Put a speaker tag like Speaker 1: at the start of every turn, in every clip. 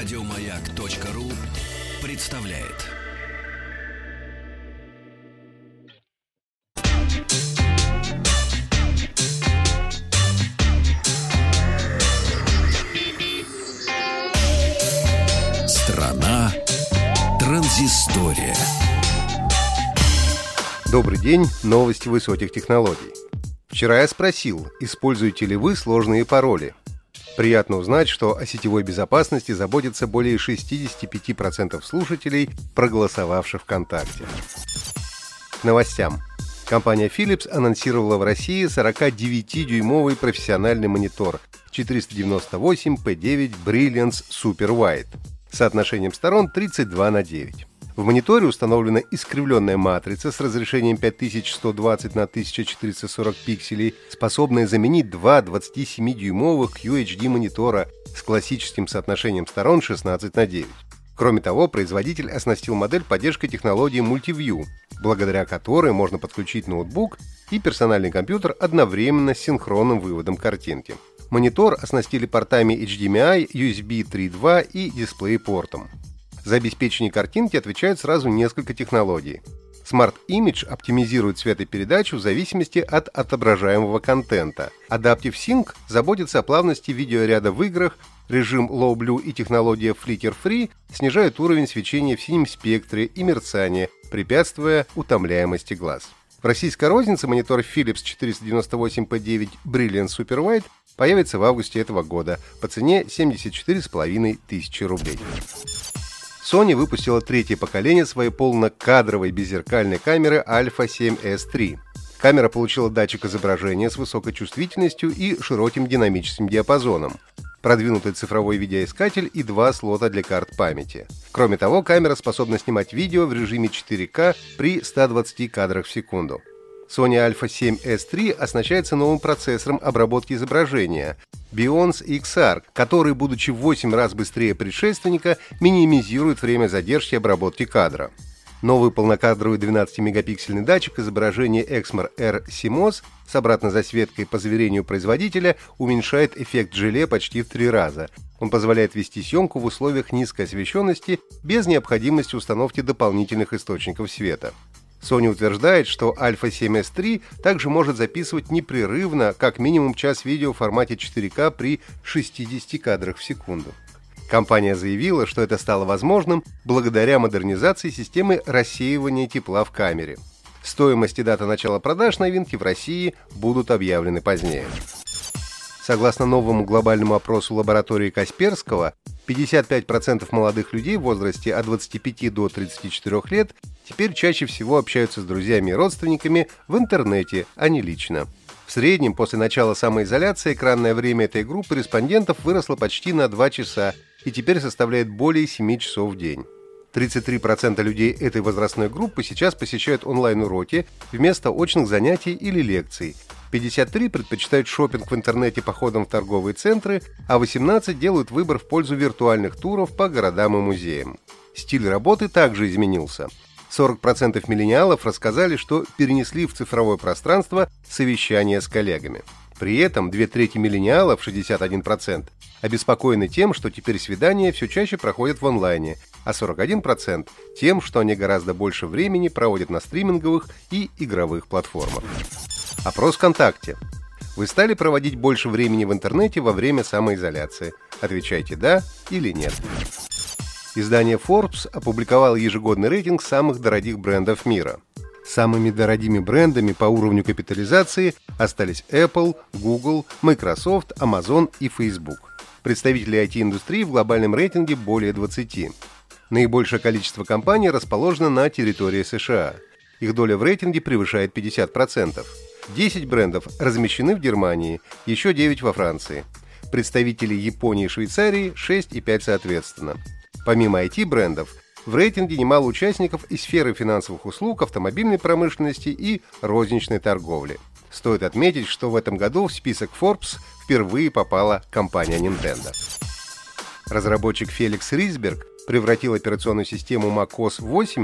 Speaker 1: Радиомаяк.ру представляет. Страна транзистория.
Speaker 2: Добрый день, новости высоких технологий. Вчера я спросил, используете ли вы сложные пароли. Приятно узнать, что о сетевой безопасности заботится более 65% слушателей, проголосовавших ВКонтакте. К новостям. Компания Philips анонсировала в России 49-дюймовый профессиональный монитор 498p9 Brilliance Super Wide с соотношением сторон 32:9. В мониторе установлена искривленная матрица с разрешением 5120 на 1440 пикселей, способная заменить два 27-дюймовых QHD монитора с классическим соотношением сторон 16:9. Кроме того, производитель оснастил модель поддержкой технологии Multiview, благодаря которой можно подключить ноутбук и персональный компьютер одновременно с синхронным выводом картинки. Монитор оснастили портами HDMI, USB 3.2 и DisplayPort. За обеспечение картинки отвечают сразу несколько технологий. Smart Image оптимизирует цветопередачу в зависимости от отображаемого контента. Adaptive Sync заботится о плавности видеоряда в играх. Режим Low Blue и технология Flicker Free снижают уровень свечения в синем спектре и мерцания, препятствуя утомляемости глаз. В российской рознице монитор Philips 498p9 Brilliance Super Wide появится в августе этого года по цене 74,5 тысячи рублей. Sony выпустила третье поколение своей полнокадровой беззеркальной камеры Alpha 7S III. Камера получила датчик изображения с высокой чувствительностью и широким динамическим диапазоном, продвинутый цифровой видеоискатель и два слота для карт памяти. Кроме того, камера способна снимать видео в режиме 4К при 120 кадрах в секунду. Sony Alpha 7S III оснащается новым процессором обработки изображения Bionz XR, который, будучи в 8 раз быстрее предшественника, минимизирует время задержки обработки кадра. Новый полнокадровый 12-мегапиксельный датчик изображения Exmor R CMOS с обратной засветкой, по заверению производителя, уменьшает эффект желе почти в 3 раза. Он позволяет вести съемку в условиях низкой освещенности без необходимости установки дополнительных источников света. Sony утверждает, что Alpha 7S III также может записывать непрерывно как минимум час видео в формате 4К при 60 кадрах в секунду. Компания заявила, что это стало возможным благодаря модернизации системы рассеивания тепла в камере. Стоимость и дата начала продаж новинки в России будут объявлены позднее. Согласно новому глобальному опросу лаборатории Касперского, 55% молодых людей в возрасте от 25 до 34 лет теперь чаще всего общаются с друзьями и родственниками в интернете, а не лично. В среднем, после начала самоизоляции, экранное время этой группы респондентов выросло почти на 2 часа и теперь составляет более 7 часов в день. 33% людей этой возрастной группы сейчас посещают онлайн-уроки вместо очных занятий или лекций. 53% предпочитают шопинг в интернете походом в торговые центры, а 18% делают выбор в пользу виртуальных туров по городам и музеям. Стиль работы также изменился. 40% миллениалов рассказали, что перенесли в цифровое пространство совещания с коллегами. При этом 2/3 миллениалов, 61%, обеспокоены тем, что теперь свидания все чаще проходят в онлайне, а 41% тем, что они гораздо больше времени проводят на стриминговых и игровых платформах. Опрос ВКонтакте. Вы стали проводить больше времени в интернете во время самоизоляции? Отвечайте «да» или «нет». Издание Forbes опубликовало ежегодный рейтинг самых дорогих брендов мира. Самыми дорогими брендами по уровню капитализации остались Apple, Google, Microsoft, Amazon и Facebook. Представителей IT-индустрии в глобальном рейтинге более 20. Наибольшее количество компаний расположено на территории США. Их доля в рейтинге превышает 50%. 10 брендов размещены в Германии, еще 9 во Франции. Представители Японии и Швейцарии 6 и 5 соответственно. Помимо IT-брендов, в рейтинге немало участников из сферы финансовых услуг, автомобильной промышленности и розничной торговли. Стоит отметить, что в этом году в список Forbes впервые попала компания Nintendo. Разработчик Феликс Рисберг превратил операционную систему macOS 8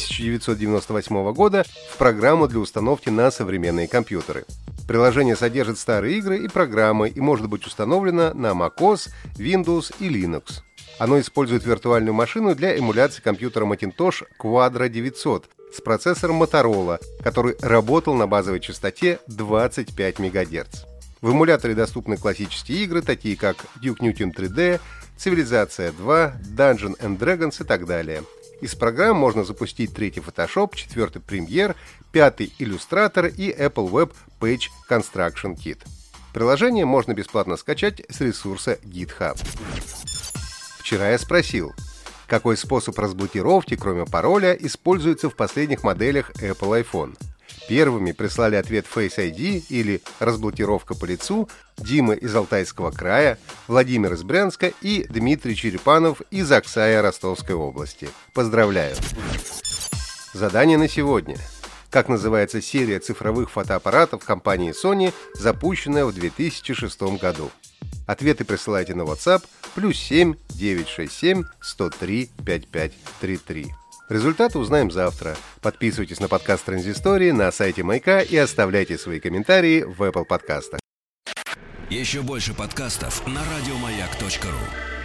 Speaker 2: 1998 года в программу для установки на современные компьютеры. Приложение содержит старые игры и программы и может быть установлено на macOS, Windows и Linux. Оно использует виртуальную машину для эмуляции компьютера Macintosh Quadro 900 с процессором Motorola, который работал на базовой частоте 25 МГц. В эмуляторе доступны классические игры, такие как Duke Nukem 3D, Цивилизация 2, Dungeons and Dragons и так далее. Из программ можно запустить 3-й Photoshop, 4-й Premiere, 5-й Illustrator и Apple Web Page Construction Kit. Приложение можно бесплатно скачать с ресурса GitHub. Вчера я спросил, какой способ разблокировки, кроме пароля, используется в последних моделях Apple iPhone. Первыми прислали ответ Face ID или разблокировка по лицу Дима из Алтайского края, Владимир из Брянска и Дмитрий Черепанов из Аксая Ростовской области. Поздравляю! Задание на сегодня. Как называется серия цифровых фотоаппаратов компании Sony, запущенная в 2006 году? Ответы присылайте на WhatsApp +7 967 103 5533. Результаты узнаем завтра. Подписывайтесь на подкаст Транзистории на сайте Маяка и оставляйте свои комментарии в Apple подкастах.
Speaker 1: Еще больше подкастов на радиомаяк.ру.